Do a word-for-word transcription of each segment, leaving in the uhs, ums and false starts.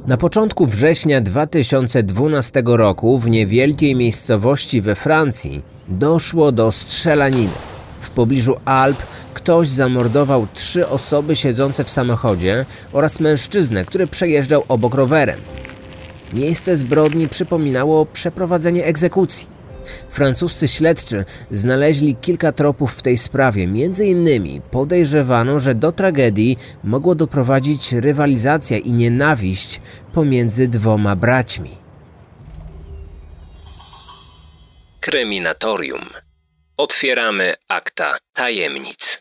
Na początku września dwa tysiące dwunastego roku w niewielkiej miejscowości we Francji doszło do strzelaniny. W pobliżu Alp ktoś zamordował trzy osoby siedzące w samochodzie oraz mężczyznę, który przejeżdżał obok rowerem. Miejsce zbrodni przypominało przeprowadzenie egzekucji. Francuscy śledczy znaleźli kilka tropów w tej sprawie. Między innymi podejrzewano, że do tragedii mogło doprowadzić rywalizacja i nienawiść pomiędzy dwoma braćmi. Kryminatorium. Otwieramy akta tajemnic.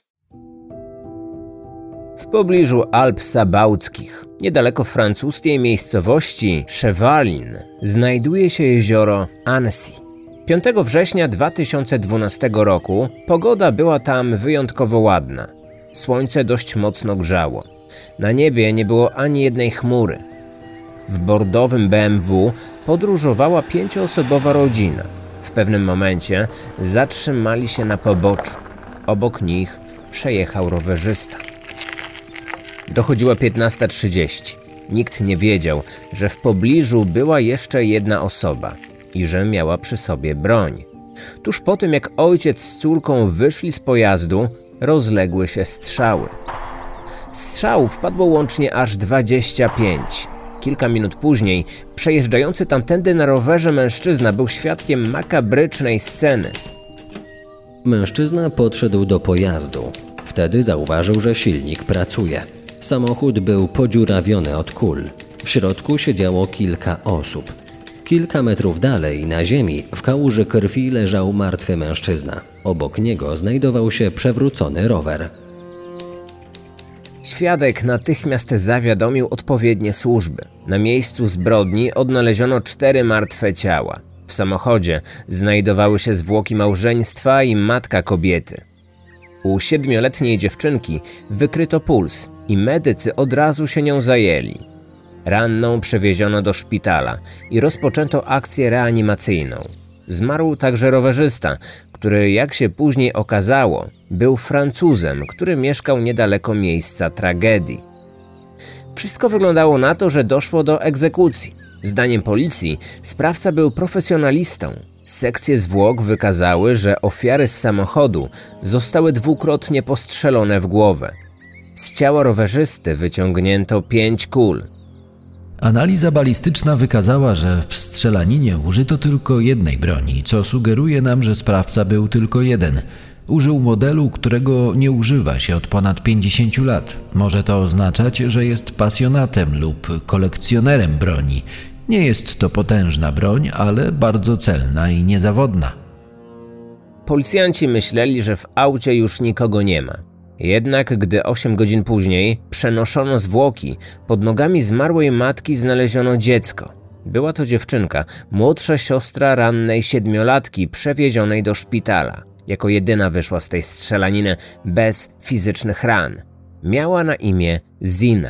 W pobliżu Alp Sabauckich, niedaleko francuskiej miejscowości Chevalin, znajduje się jezioro Annecy. piątego września dwa tysiące dwunastego roku pogoda była tam wyjątkowo ładna. Słońce dość mocno grzało. Na niebie nie było ani jednej chmury. W bordowym B M W podróżowała pięcioosobowa rodzina. W pewnym momencie zatrzymali się na poboczu. Obok nich przejechał rowerzysta. Dochodziła piętnasta trzydzieści. Nikt nie wiedział, że w pobliżu była jeszcze jedna osoba i że miała przy sobie broń. Tuż po tym, jak ojciec z córką wyszli z pojazdu, rozległy się strzały. Strzałów padło łącznie aż dwadzieścia pięć. Kilka minut później przejeżdżający tamtędy na rowerze mężczyzna był świadkiem makabrycznej sceny. Mężczyzna podszedł do pojazdu. Wtedy zauważył, że silnik pracuje. Samochód był podziurawiony od kul. W środku siedziało kilka osób. Kilka metrów dalej, na ziemi, w kałuży krwi leżał martwy mężczyzna. Obok niego znajdował się przewrócony rower. Świadek natychmiast zawiadomił odpowiednie służby. Na miejscu zbrodni odnaleziono cztery martwe ciała. W samochodzie znajdowały się zwłoki małżeństwa i matka kobiety. U siedmioletniej dziewczynki wykryto puls i medycy od razu się nią zajęli. Ranną przewieziono do szpitala i rozpoczęto akcję reanimacyjną. Zmarł także rowerzysta, który, jak się później okazało, był Francuzem, który mieszkał niedaleko miejsca tragedii. Wszystko wyglądało na to, że doszło do egzekucji. Zdaniem policji sprawca był profesjonalistą. Sekcje zwłok wykazały, że ofiary z samochodu zostały dwukrotnie postrzelone w głowę. Z ciała rowerzysty wyciągnięto pięć kul. Analiza balistyczna wykazała, że w strzelaninie użyto tylko jednej broni, co sugeruje nam, że sprawca był tylko jeden. Użył modelu, którego nie używa się od ponad pięćdziesięciu lat. Może to oznaczać, że jest pasjonatem lub kolekcjonerem broni. Nie jest to potężna broń, ale bardzo celna i niezawodna. Policjanci myśleli, że w aucie już nikogo nie ma. Jednak gdy osiem godzin później przenoszono zwłoki, pod nogami zmarłej matki znaleziono dziecko. Była to dziewczynka, młodsza siostra rannej siedmiolatki przewiezionej do szpitala. Jako jedyna wyszła z tej strzelaniny bez fizycznych ran. Miała na imię Zina.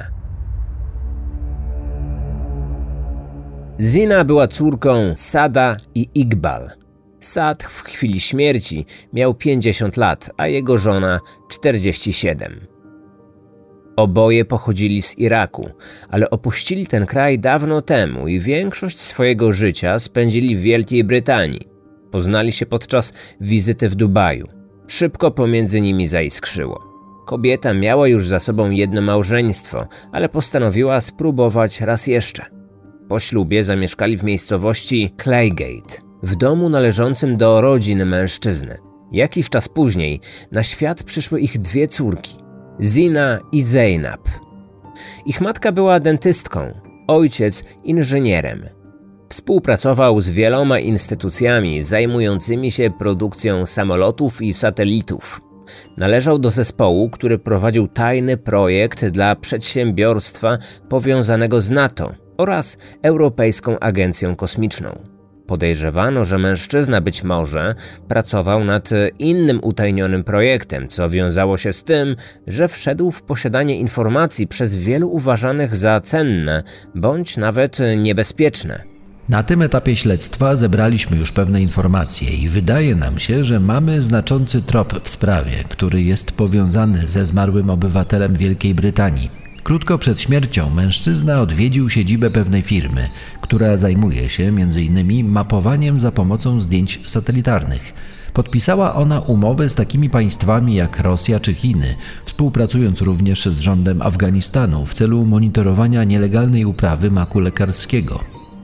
Zina była córką Sada i Iqbal. Sad w chwili śmierci miał pięćdziesiąt lat, a jego żona czterdzieści siedem. Oboje pochodzili z Iraku, ale opuścili ten kraj dawno temu i większość swojego życia spędzili w Wielkiej Brytanii. Poznali się podczas wizyty w Dubaju. Szybko pomiędzy nimi zaiskrzyło. Kobieta miała już za sobą jedno małżeństwo, ale postanowiła spróbować raz jeszcze. Po ślubie zamieszkali w miejscowości Claygate, w domu należącym do rodziny mężczyzny. Jakiś czas później na świat przyszły ich dwie córki, Zina i Zeynab. Ich matka była dentystką, ojciec inżynierem. Współpracował z wieloma instytucjami zajmującymi się produkcją samolotów i satelitów. Należał do zespołu, który prowadził tajny projekt dla przedsiębiorstwa powiązanego z NATO oraz Europejską Agencją Kosmiczną. Podejrzewano, że mężczyzna być może pracował nad innym utajnionym projektem, co wiązało się z tym, że wszedł w posiadanie informacji przez wielu uważanych za cenne bądź nawet niebezpieczne. Na tym etapie śledztwa zebraliśmy już pewne informacje i wydaje nam się, że mamy znaczący trop w sprawie, który jest powiązany ze zmarłym obywatelem Wielkiej Brytanii. Krótko przed śmiercią mężczyzna odwiedził siedzibę pewnej firmy, która zajmuje się między innymi mapowaniem za pomocą zdjęć satelitarnych. Podpisała ona umowę z takimi państwami jak Rosja czy Chiny, współpracując również z rządem Afganistanu w celu monitorowania nielegalnej uprawy maku lekarskiego.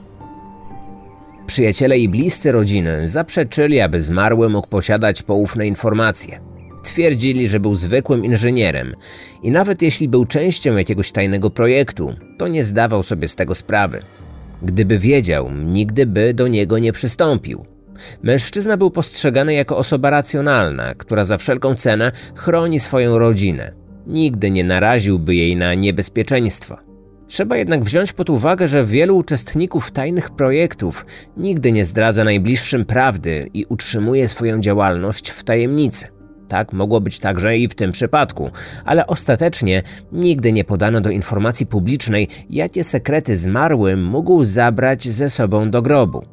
Przyjaciele i bliscy rodziny zaprzeczyli, aby zmarły mógł posiadać poufne informacje. Twierdzili, że był zwykłym inżynierem i nawet jeśli był częścią jakiegoś tajnego projektu, to nie zdawał sobie z tego sprawy. Gdyby wiedział, nigdy by do niego nie przystąpił. Mężczyzna był postrzegany jako osoba racjonalna, która za wszelką cenę chroni swoją rodzinę. Nigdy nie naraziłby jej na niebezpieczeństwo. Trzeba jednak wziąć pod uwagę, że wielu uczestników tajnych projektów nigdy nie zdradza najbliższym prawdy i utrzymuje swoją działalność w tajemnicy. Tak mogło być także i w tym przypadku, ale ostatecznie nigdy nie podano do informacji publicznej, jakie sekrety zmarły mógł zabrać ze sobą do grobu.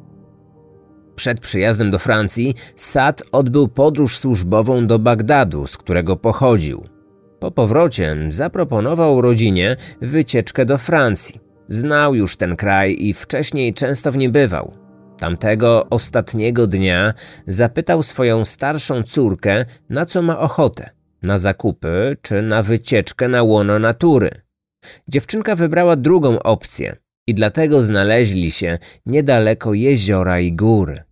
Przed przyjazdem do Francji Saad odbył podróż służbową do Bagdadu, z którego pochodził. Po powrocie zaproponował rodzinie wycieczkę do Francji. Znał już ten kraj i wcześniej często w nim bywał. Tamtego ostatniego dnia zapytał swoją starszą córkę, na co ma ochotę – na zakupy czy na wycieczkę na łono natury. Dziewczynka wybrała drugą opcję i dlatego znaleźli się niedaleko jeziora i gór.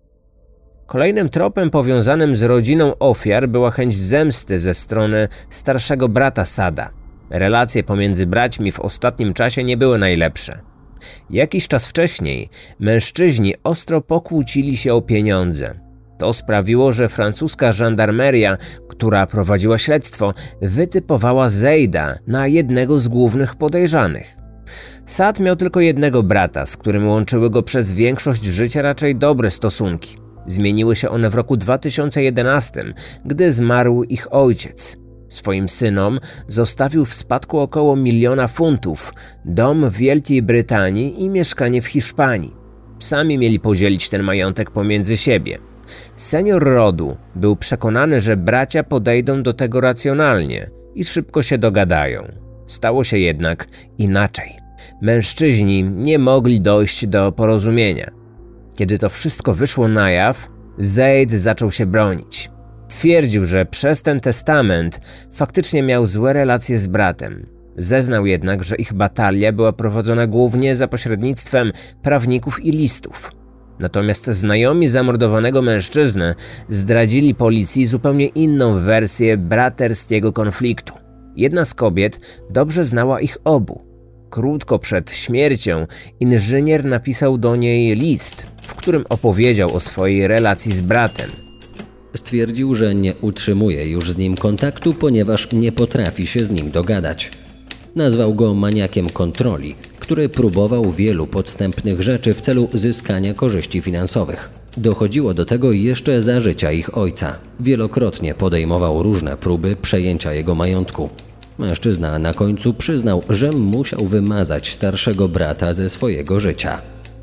Kolejnym tropem powiązanym z rodziną ofiar była chęć zemsty ze strony starszego brata Saada. Relacje pomiędzy braćmi w ostatnim czasie nie były najlepsze. Jakiś czas wcześniej mężczyźni ostro pokłócili się o pieniądze. To sprawiło, że francuska żandarmeria, która prowadziła śledztwo, wytypowała Zejda na jednego z głównych podejrzanych. Saad miał tylko jednego brata, z którym łączyły go przez większość życia raczej dobre stosunki. Zmieniły się one w roku dwa tysiące jedenastym, gdy zmarł ich ojciec. Swoim synom zostawił w spadku około miliona funtów, dom w Wielkiej Brytanii i mieszkanie w Hiszpanii. Sami mieli podzielić ten majątek pomiędzy siebie. Senior rodu był przekonany, że bracia podejdą do tego racjonalnie i szybko się dogadają. Stało się jednak inaczej. Mężczyźni nie mogli dojść do porozumienia. Kiedy to wszystko wyszło na jaw, Zeid zaczął się bronić. Twierdził, że przez ten testament faktycznie miał złe relacje z bratem. Zeznał jednak, że ich batalia była prowadzona głównie za pośrednictwem prawników i listów. Natomiast znajomi zamordowanego mężczyzny zdradzili policji zupełnie inną wersję braterskiego konfliktu. Jedna z kobiet dobrze znała ich obu. Krótko przed śmiercią inżynier napisał do niej list, w którym opowiedział o swojej relacji z bratem. Stwierdził, że nie utrzymuje już z nim kontaktu, ponieważ nie potrafi się z nim dogadać. Nazwał go maniakiem kontroli, który próbował wielu podstępnych rzeczy w celu zyskania korzyści finansowych. Dochodziło do tego jeszcze za życia ich ojca. Wielokrotnie podejmował różne próby przejęcia jego majątku. Mężczyzna na końcu przyznał, że musiał wymazać starszego brata ze swojego życia.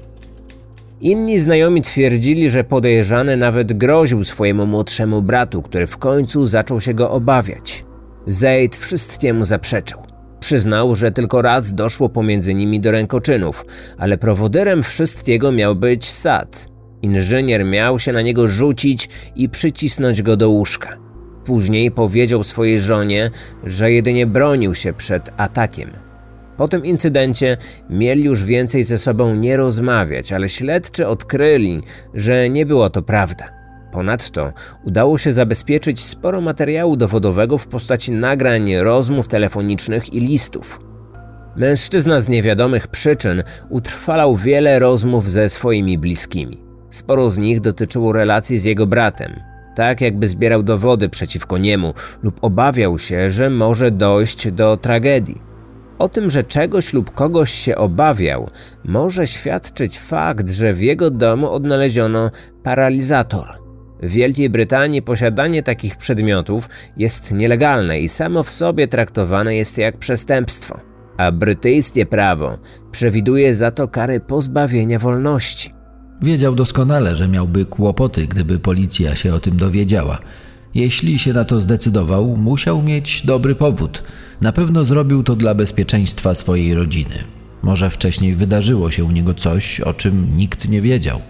Inni znajomi twierdzili, że podejrzany nawet groził swojemu młodszemu bratu, który w końcu zaczął się go obawiać. Zeid wszystkiemu zaprzeczył. Przyznał, że tylko raz doszło pomiędzy nimi do rękoczynów, ale prowodyrem wszystkiego miał być Saad. Inżynier miał się na niego rzucić i przycisnąć go do łóżka. Później powiedział swojej żonie, że jedynie bronił się przed atakiem. Po tym incydencie mieli już więcej ze sobą nie rozmawiać, ale śledczy odkryli, że nie była to prawda. Ponadto udało się zabezpieczyć sporo materiału dowodowego w postaci nagrań, rozmów telefonicznych i listów. Mężczyzna z niewiadomych przyczyn utrwalał wiele rozmów ze swoimi bliskimi. Sporo z nich dotyczyło relacji z jego bratem. Tak jakby zbierał dowody przeciwko niemu lub obawiał się, że może dojść do tragedii. O tym, że czegoś lub kogoś się obawiał, może świadczyć fakt, że w jego domu odnaleziono paralizator. W Wielkiej Brytanii posiadanie takich przedmiotów jest nielegalne i samo w sobie traktowane jest jak przestępstwo, a brytyjskie prawo przewiduje za to kary pozbawienia wolności. Wiedział doskonale, że miałby kłopoty, gdyby policja się o tym dowiedziała. Jeśli się na to zdecydował, musiał mieć dobry powód. Na pewno zrobił to dla bezpieczeństwa swojej rodziny. Może wcześniej wydarzyło się u niego coś, o czym nikt nie wiedział.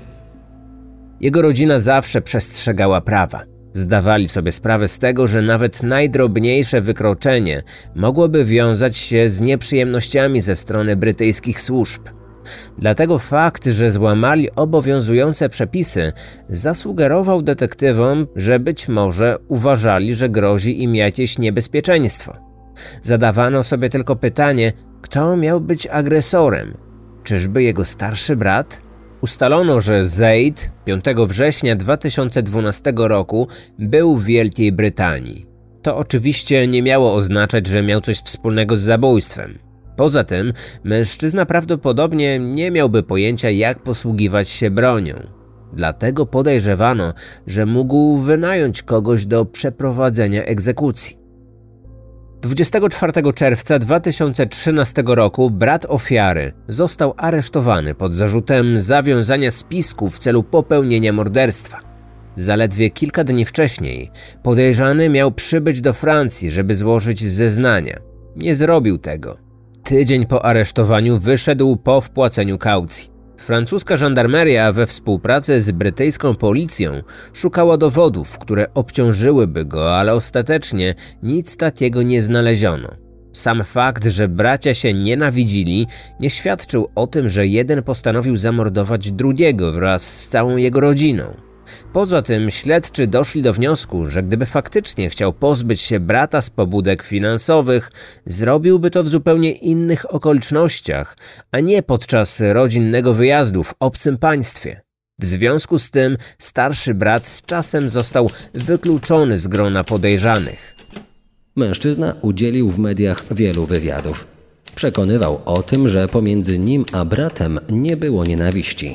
Jego rodzina zawsze przestrzegała prawa. Zdawali sobie sprawę z tego, że nawet najdrobniejsze wykroczenie mogłoby wiązać się z nieprzyjemnościami ze strony brytyjskich służb. Dlatego fakt, że złamali obowiązujące przepisy, zasugerował detektywom, że być może uważali, że grozi im jakieś niebezpieczeństwo. Zadawano sobie tylko pytanie, kto miał być agresorem? Czyżby jego starszy brat? Ustalono, że Zaid piątego września dwa tysiące dwunastego roku był w Wielkiej Brytanii. To oczywiście nie miało oznaczać, że miał coś wspólnego z zabójstwem. Poza tym mężczyzna prawdopodobnie nie miałby pojęcia, jak posługiwać się bronią. Dlatego podejrzewano, że mógł wynająć kogoś do przeprowadzenia egzekucji. dwudziestego czwartego czerwca dwa tysiące trzynastego roku brat ofiary został aresztowany pod zarzutem zawiązania spisku w celu popełnienia morderstwa. Zaledwie kilka dni wcześniej podejrzany miał przybyć do Francji, żeby złożyć zeznania. Nie zrobił tego. Tydzień po aresztowaniu wyszedł po wpłaceniu kaucji. Francuska żandarmeria we współpracy z brytyjską policją szukała dowodów, które obciążyłyby go, ale ostatecznie nic takiego nie znaleziono. Sam fakt, że bracia się nienawidzili, nie świadczył o tym, że jeden postanowił zamordować drugiego wraz z całą jego rodziną. Poza tym śledczy doszli do wniosku, że gdyby faktycznie chciał pozbyć się brata z pobudek finansowych, zrobiłby to w zupełnie innych okolicznościach, a nie podczas rodzinnego wyjazdu w obcym państwie. W związku z tym starszy brat z czasem został wykluczony z grona podejrzanych. Mężczyzna udzielił w mediach wielu wywiadów. Przekonywał o tym, że pomiędzy nim a bratem nie było nienawiści.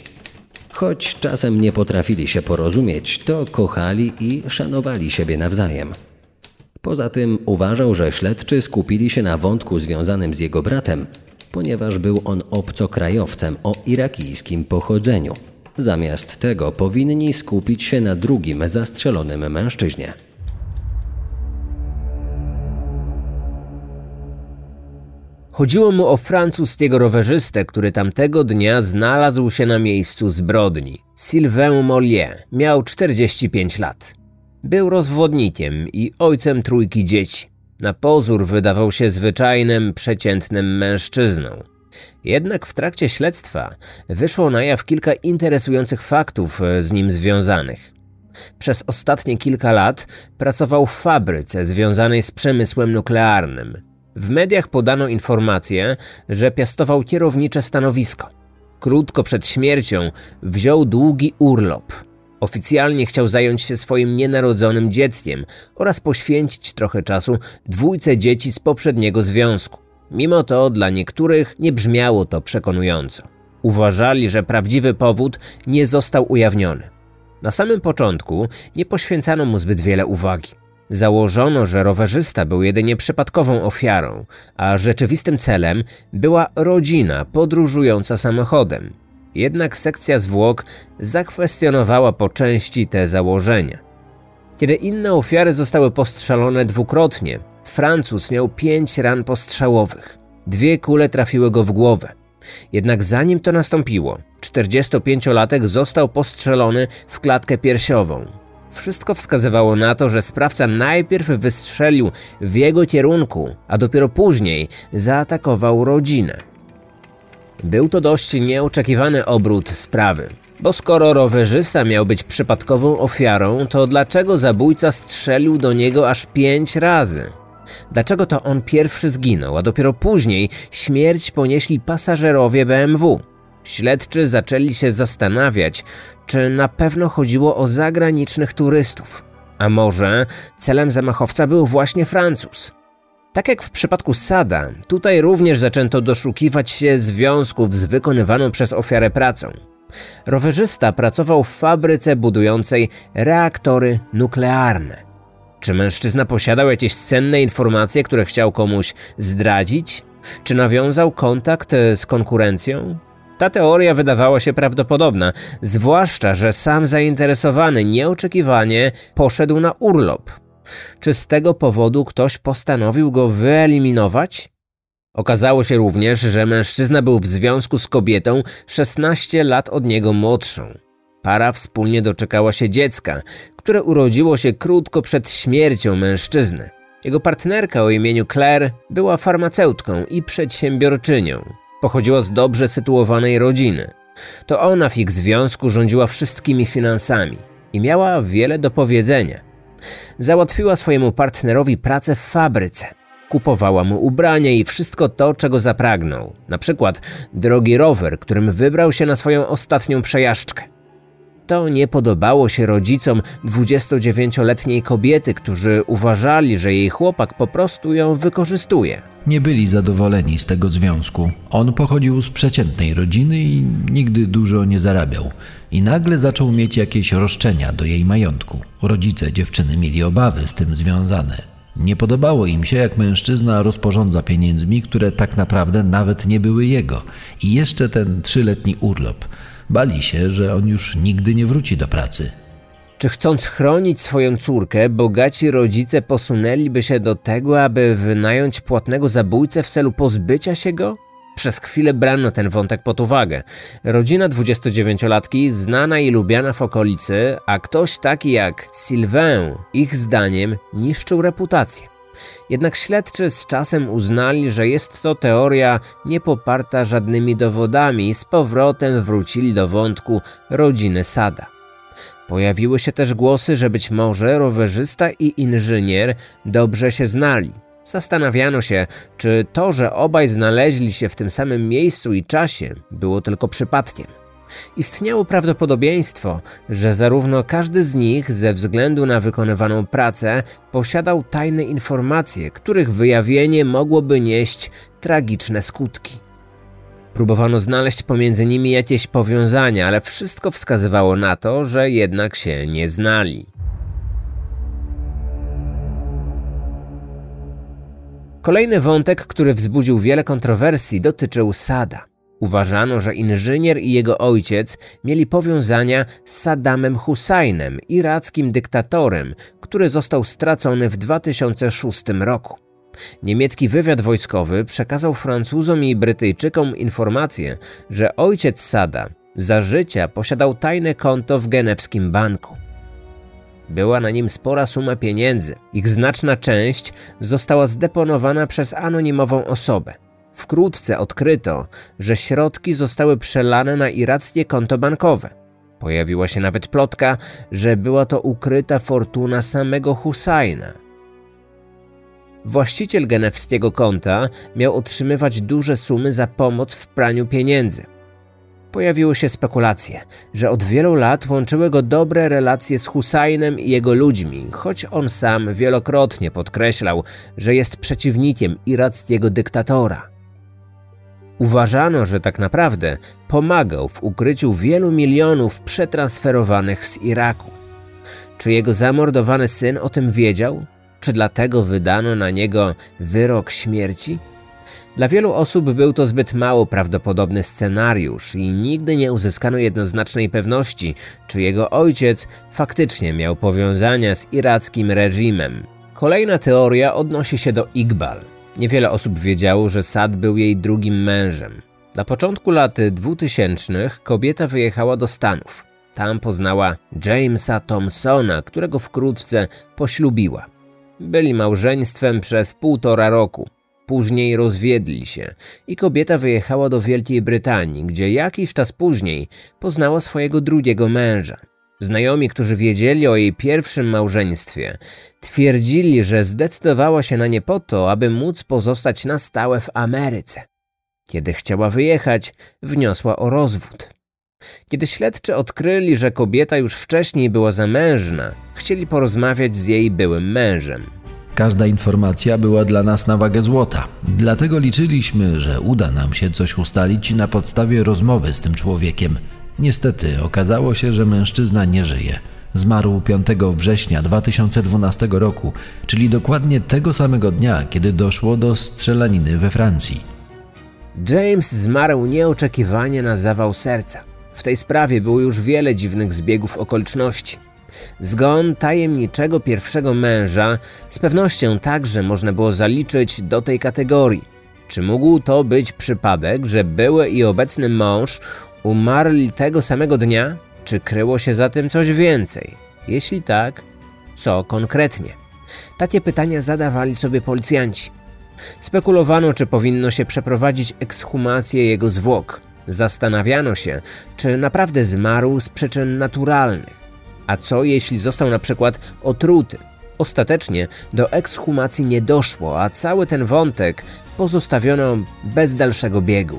Choć czasem nie potrafili się porozumieć, to kochali i szanowali siebie nawzajem. Poza tym uważał, że śledczy skupili się na wątku związanym z jego bratem, ponieważ był on obcokrajowcem o irakijskim pochodzeniu. Zamiast tego powinni skupić się na drugim zastrzelonym mężczyźnie. Chodziło mu o francuskiego rowerzystę, który tamtego dnia znalazł się na miejscu zbrodni. Sylvain Mollier miał czterdzieści pięć lat. Był rozwodnikiem i ojcem trójki dzieci. Na pozór wydawał się zwyczajnym, przeciętnym mężczyzną. Jednak w trakcie śledztwa wyszło na jaw kilka interesujących faktów z nim związanych. Przez ostatnie kilka lat pracował w fabryce związanej z przemysłem nuklearnym. W mediach podano informację, że piastował kierownicze stanowisko. Krótko przed śmiercią wziął długi urlop. Oficjalnie chciał zająć się swoim nienarodzonym dzieckiem oraz poświęcić trochę czasu dwójce dzieci z poprzedniego związku. Mimo to dla niektórych nie brzmiało to przekonująco. Uważali, że prawdziwy powód nie został ujawniony. Na samym początku nie poświęcano mu zbyt wiele uwagi. Założono, że rowerzysta był jedynie przypadkową ofiarą, a rzeczywistym celem była rodzina podróżująca samochodem. Jednak sekcja zwłok zakwestionowała po części te założenia. Kiedy inne ofiary zostały postrzelone dwukrotnie, Francuz miał pięć ran postrzałowych. Dwie kule trafiły go w głowę. Jednak zanim to nastąpiło, czterdziestopięciolatek został postrzelony w klatkę piersiową. Wszystko wskazywało na to, że sprawca najpierw wystrzelił w jego kierunku, a dopiero później zaatakował rodzinę. Był to dość nieoczekiwany obrót sprawy, bo skoro rowerzysta miał być przypadkową ofiarą, to dlaczego zabójca strzelił do niego aż pięć razy? Dlaczego to on pierwszy zginął, a dopiero później śmierć ponieśli pasażerowie B M W? Śledczy zaczęli się zastanawiać, czy na pewno chodziło o zagranicznych turystów. A może celem zamachowca był właśnie Francuz? Tak jak w przypadku Sada, tutaj również zaczęto doszukiwać się związków z wykonywaną przez ofiarę pracą. Rowerzysta pracował w fabryce budującej reaktory nuklearne. Czy mężczyzna posiadał jakieś cenne informacje, które chciał komuś zdradzić? Czy nawiązał kontakt z konkurencją? Ta teoria wydawała się prawdopodobna, zwłaszcza że sam zainteresowany nieoczekiwanie poszedł na urlop. Czy z tego powodu ktoś postanowił go wyeliminować? Okazało się również, że mężczyzna był w związku z kobietą szesnaście lat od niego młodszą. Para wspólnie doczekała się dziecka, które urodziło się krótko przed śmiercią mężczyzny. Jego partnerka o imieniu Claire była farmaceutką i przedsiębiorczynią. Pochodziła z dobrze sytuowanej rodziny. To ona w ich związku rządziła wszystkimi finansami i miała wiele do powiedzenia. Załatwiła swojemu partnerowi pracę w fabryce. Kupowała mu ubrania i wszystko to, czego zapragnął. Na przykład drogi rower, którym wybrał się na swoją ostatnią przejażdżkę. To nie podobało się rodzicom dwudziestodziewięcioletniej kobiety, którzy uważali, że jej chłopak po prostu ją wykorzystuje. Nie byli zadowoleni z tego związku. On pochodził z przeciętnej rodziny i nigdy dużo nie zarabiał. I nagle zaczął mieć jakieś roszczenia do jej majątku. Rodzice dziewczyny mieli obawy z tym związane. Nie podobało im się, jak mężczyzna rozporządza pieniędzmi, które tak naprawdę nawet nie były jego. I jeszcze ten trzyletni urlop. Bali się, że on już nigdy nie wróci do pracy. Czy chcąc chronić swoją córkę, bogaci rodzice posunęliby się do tego, aby wynająć płatnego zabójcę w celu pozbycia się go? Przez chwilę brano ten wątek pod uwagę. Rodzina dwudziestodziewięciolatki znana i lubiana w okolicy, a ktoś taki jak Sylvain, ich zdaniem, niszczył reputację. Jednak śledczy z czasem uznali, że jest to teoria niepoparta żadnymi dowodami i z powrotem wrócili do wątku rodziny Sada. Pojawiły się też głosy, że być może rowerzysta i inżynier dobrze się znali. Zastanawiano się, czy to, że obaj znaleźli się w tym samym miejscu i czasie, było tylko przypadkiem. Istniało prawdopodobieństwo, że zarówno każdy z nich ze względu na wykonywaną pracę posiadał tajne informacje, których wyjawienie mogłoby nieść tragiczne skutki. Próbowano znaleźć pomiędzy nimi jakieś powiązania, ale wszystko wskazywało na to, że jednak się nie znali. Kolejny wątek, który wzbudził wiele kontrowersji, dotyczył Sada. Uważano, że inżynier i jego ojciec mieli powiązania z Saddamem Husajnem, irackim dyktatorem, który został stracony w dwa tysiące szóstym roku. Niemiecki wywiad wojskowy przekazał Francuzom i Brytyjczykom informację, że ojciec Sada za życia posiadał tajne konto w genewskim banku. Była na nim spora suma pieniędzy. Ich znaczna część została zdeponowana przez anonimową osobę. Wkrótce odkryto, że środki zostały przelane na irackie konto bankowe. Pojawiła się nawet plotka, że była to ukryta fortuna samego Husajna. Właściciel genewskiego konta miał otrzymywać duże sumy za pomoc w praniu pieniędzy. Pojawiły się spekulacje, że od wielu lat łączyły go dobre relacje z Husajnem i jego ludźmi, choć on sam wielokrotnie podkreślał, że jest przeciwnikiem irackiego dyktatora. Uważano, że tak naprawdę pomagał w ukryciu wielu milionów przetransferowanych z Iraku. Czy jego zamordowany syn o tym wiedział? Czy dlatego wydano na niego wyrok śmierci? Dla wielu osób był to zbyt mało prawdopodobny scenariusz i nigdy nie uzyskano jednoznacznej pewności, czy jego ojciec faktycznie miał powiązania z irackim reżimem. Kolejna teoria odnosi się do Iqbal. Niewiele osób wiedziało, że Sad był jej drugim mężem. Na początku lat dwutysięcznych kobieta wyjechała do Stanów. Tam poznała Jamesa Thompsona, którego wkrótce poślubiła. Byli małżeństwem przez półtora roku. Później rozwiedli się i kobieta wyjechała do Wielkiej Brytanii, gdzie jakiś czas później poznała swojego drugiego męża. Znajomi, którzy wiedzieli o jej pierwszym małżeństwie, twierdzili, że zdecydowała się na nie po to, aby móc pozostać na stałe w Ameryce. Kiedy chciała wyjechać, wniosła o rozwód. Kiedy śledczy odkryli, że kobieta już wcześniej była zamężna, chcieli porozmawiać z jej byłym mężem. Każda informacja była dla nas na wagę złota. Dlatego liczyliśmy, że uda nam się coś ustalić na podstawie rozmowy z tym człowiekiem. Niestety okazało się, że mężczyzna nie żyje. Zmarł piątego września dwa tysiące dwunastego roku, czyli dokładnie tego samego dnia, kiedy doszło do strzelaniny we Francji. James zmarł nieoczekiwanie na zawał serca. W tej sprawie było już wiele dziwnych zbiegów okoliczności. Zgon tajemniczego pierwszego męża z pewnością także można było zaliczyć do tej kategorii. Czy mógł to być przypadek, że były i obecny mąż umarli tego samego dnia? Czy kryło się za tym coś więcej? Jeśli tak, co konkretnie? Takie pytania zadawali sobie policjanci. Spekulowano, czy powinno się przeprowadzić ekshumację jego zwłok. Zastanawiano się, czy naprawdę zmarł z przyczyn naturalnych. A co jeśli został na przykład otruty? Ostatecznie do ekshumacji nie doszło, a cały ten wątek pozostawiono bez dalszego biegu.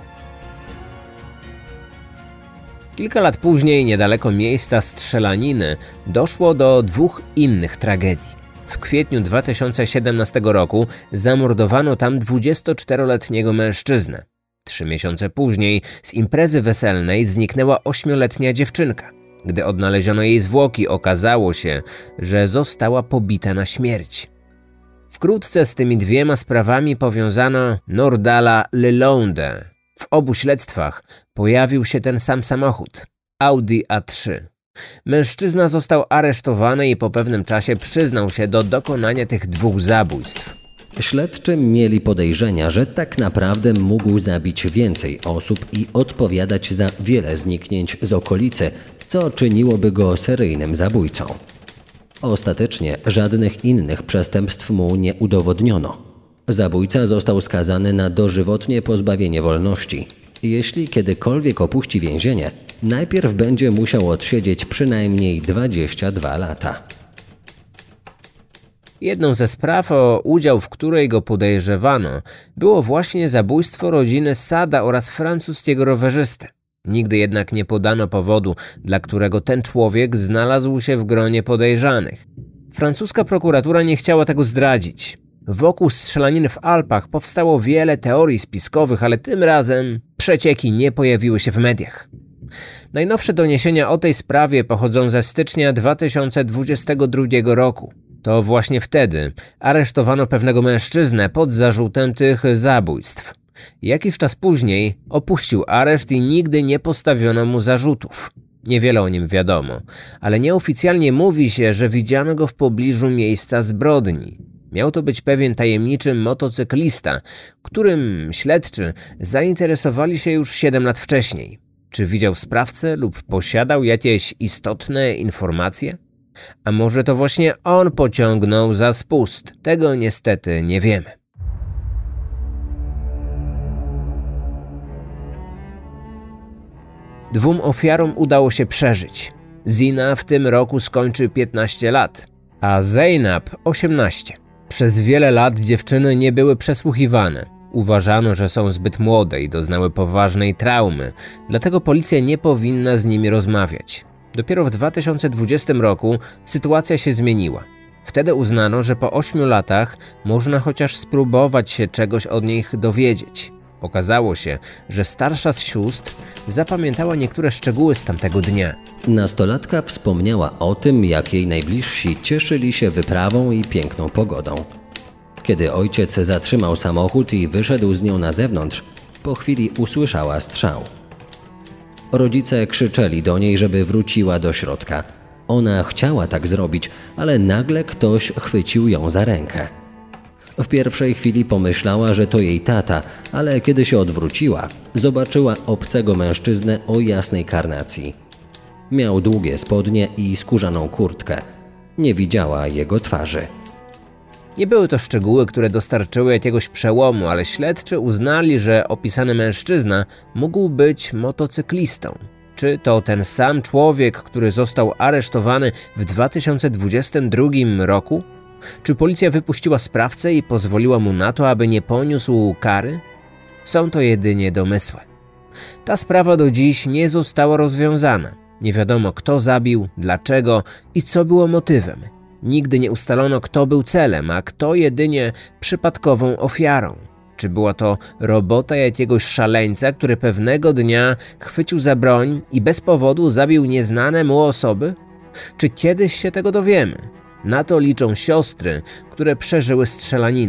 Kilka lat później, niedaleko miejsca strzelaniny, doszło do dwóch innych tragedii. W kwietniu dwa tysiące siedemnastego roku zamordowano tam dwudziestoczteroletniego mężczyznę. Trzy miesiące później z imprezy weselnej zniknęła ośmioletnia dziewczynka. Gdy odnaleziono jej zwłoki, okazało się, że została pobita na śmierć. Wkrótce z tymi dwiema sprawami powiązano Nordala Lalonde. W obu śledztwach pojawił się ten sam samochód – Audi A trzy. Mężczyzna został aresztowany i po pewnym czasie przyznał się do dokonania tych dwóch zabójstw. Śledczy mieli podejrzenia, że tak naprawdę mógł zabić więcej osób i odpowiadać za wiele zniknięć z okolicy, co czyniłoby go seryjnym zabójcą. Ostatecznie żadnych innych przestępstw mu nie udowodniono. Zabójca został skazany na dożywotnie pozbawienie wolności. Jeśli kiedykolwiek opuści więzienie, najpierw będzie musiał odsiedzieć przynajmniej dwadzieścia dwa lata. Jedną ze spraw, o udział w której go podejrzewano, było właśnie zabójstwo rodziny Sada oraz francuskiego rowerzysty. Nigdy jednak nie podano powodu, dla którego ten człowiek znalazł się w gronie podejrzanych. Francuska prokuratura nie chciała tego zdradzić. Wokół strzelaniny w Alpach powstało wiele teorii spiskowych, ale tym razem przecieki nie pojawiły się w mediach. Najnowsze doniesienia o tej sprawie pochodzą ze stycznia dwa tysiące dwudziestego drugiego roku. To właśnie wtedy aresztowano pewnego mężczyznę pod zarzutem tych zabójstw. Jakiś czas później opuścił areszt i nigdy nie postawiono mu zarzutów. Niewiele o nim wiadomo, ale nieoficjalnie mówi się, że widziano go w pobliżu miejsca zbrodni. Miał to być pewien tajemniczy motocyklista, którym śledczy zainteresowali się już siedem lat wcześniej. Czy widział sprawcę lub posiadał jakieś istotne informacje? A może to właśnie on pociągnął za spust? Tego niestety nie wiemy. Dwóm ofiarom udało się przeżyć. Zina w tym roku skończy piętnaście lat, a Zeynab osiemnaście. Przez wiele lat dziewczyny nie były przesłuchiwane. Uważano, że są zbyt młode i doznały poważnej traumy, dlatego policja nie powinna z nimi rozmawiać. Dopiero w dwa tysiące dwudziestym roku sytuacja się zmieniła. Wtedy uznano, że po ośmiu latach można chociaż spróbować się czegoś od nich dowiedzieć. Okazało się, że starsza z sióstr zapamiętała niektóre szczegóły z tamtego dnia. Nastolatka wspomniała o tym, jak jej najbliżsi cieszyli się wyprawą i piękną pogodą. Kiedy ojciec zatrzymał samochód i wyszedł z nią na zewnątrz, po chwili usłyszała strzał. Rodzice krzyczeli do niej, żeby wróciła do środka. Ona chciała tak zrobić, ale nagle ktoś chwycił ją za rękę. W pierwszej chwili pomyślała, że to jej tata, ale kiedy się odwróciła, zobaczyła obcego mężczyznę o jasnej karnacji. Miał długie spodnie i skórzaną kurtkę. Nie widziała jego twarzy. Nie były to szczegóły, które dostarczyły jakiegoś przełomu, ale śledczy uznali, że opisany mężczyzna mógł być motocyklistą. Czy to ten sam człowiek, który został aresztowany w dwa tysiące dwudziestym drugim roku? Czy policja wypuściła sprawcę i pozwoliła mu na to, aby nie poniósł kary? Są to jedynie domysły. Ta sprawa do dziś nie została rozwiązana. Nie wiadomo, kto zabił, dlaczego i co było motywem. Nigdy nie ustalono, kto był celem, a kto jedynie przypadkową ofiarą. Czy była to robota jakiegoś szaleńca, który pewnego dnia chwycił za broń i bez powodu zabił nieznane mu osoby? Czy kiedyś się tego dowiemy? Na to liczą siostry, które przeżyły strzelaninę.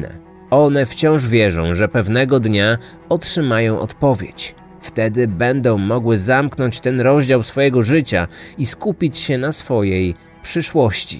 One wciąż wierzą, że pewnego dnia otrzymają odpowiedź. Wtedy będą mogły zamknąć ten rozdział swojego życia i skupić się na swojej przyszłości.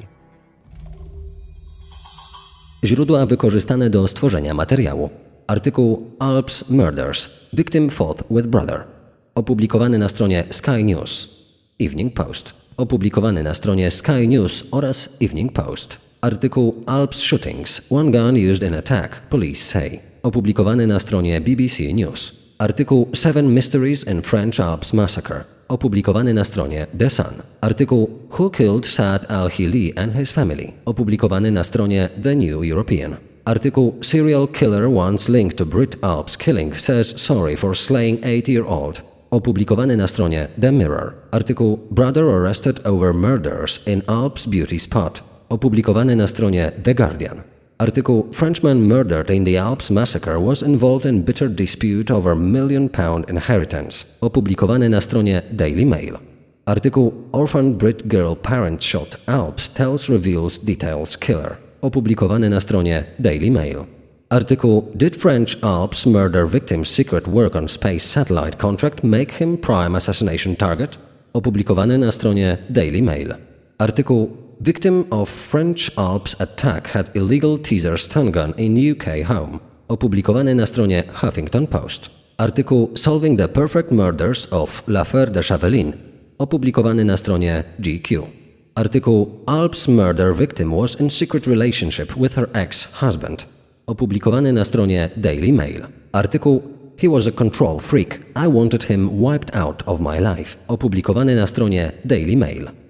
Źródła wykorzystane do stworzenia materiału. Artykuł Alps Murders. Victim fought with brother. Opublikowany na stronie Sky News. Evening Post. Opublikowany na stronie Sky News oraz Evening Post. Artykuł Alps Shootings. One gun used in attack, police say. Opublikowany na stronie B B C News. Artykuł Seven Mysteries in French Alps Massacre. Opublikowany na stronie The Sun. Artykuł Who Killed Saad al-Hili and His Family. Opublikowany na stronie The New European. Artykuł Serial Killer Once Linked to Brit Alps Killing Says Sorry for Slaying eight-year-old. Opublikowany na stronie The Mirror. Artykuł Brother Arrested Over Murders in Alps Beauty Spot. Opublikowany na stronie The Guardian. Artykuł Frenchman murdered in the Alps massacre was involved in bitter dispute over million pound inheritance. Opublikowany na stronie Daily Mail. Artykuł Orphan Brit girl parent shot Alps tells reveals details killer. Opublikowany na stronie Daily Mail. Artykuł Did French Alps murder victim's secret work on space satellite contract make him prime assassination target? Opublikowany na stronie Daily Mail. Artykuł Victim of French Alps attack had illegal teaser stun gun in U K home. Opublikowany na stronie Huffington Post. Artykuł Solving the Perfect Murders of L'Affaire de Chavelin. Opublikowany na stronie G Q. Artykuł Alps murder victim was in secret relationship with her ex-husband. Opublikowany na stronie Daily Mail. Artykuł He was a control freak. I wanted him wiped out of my life. Opublikowany na stronie Daily Mail.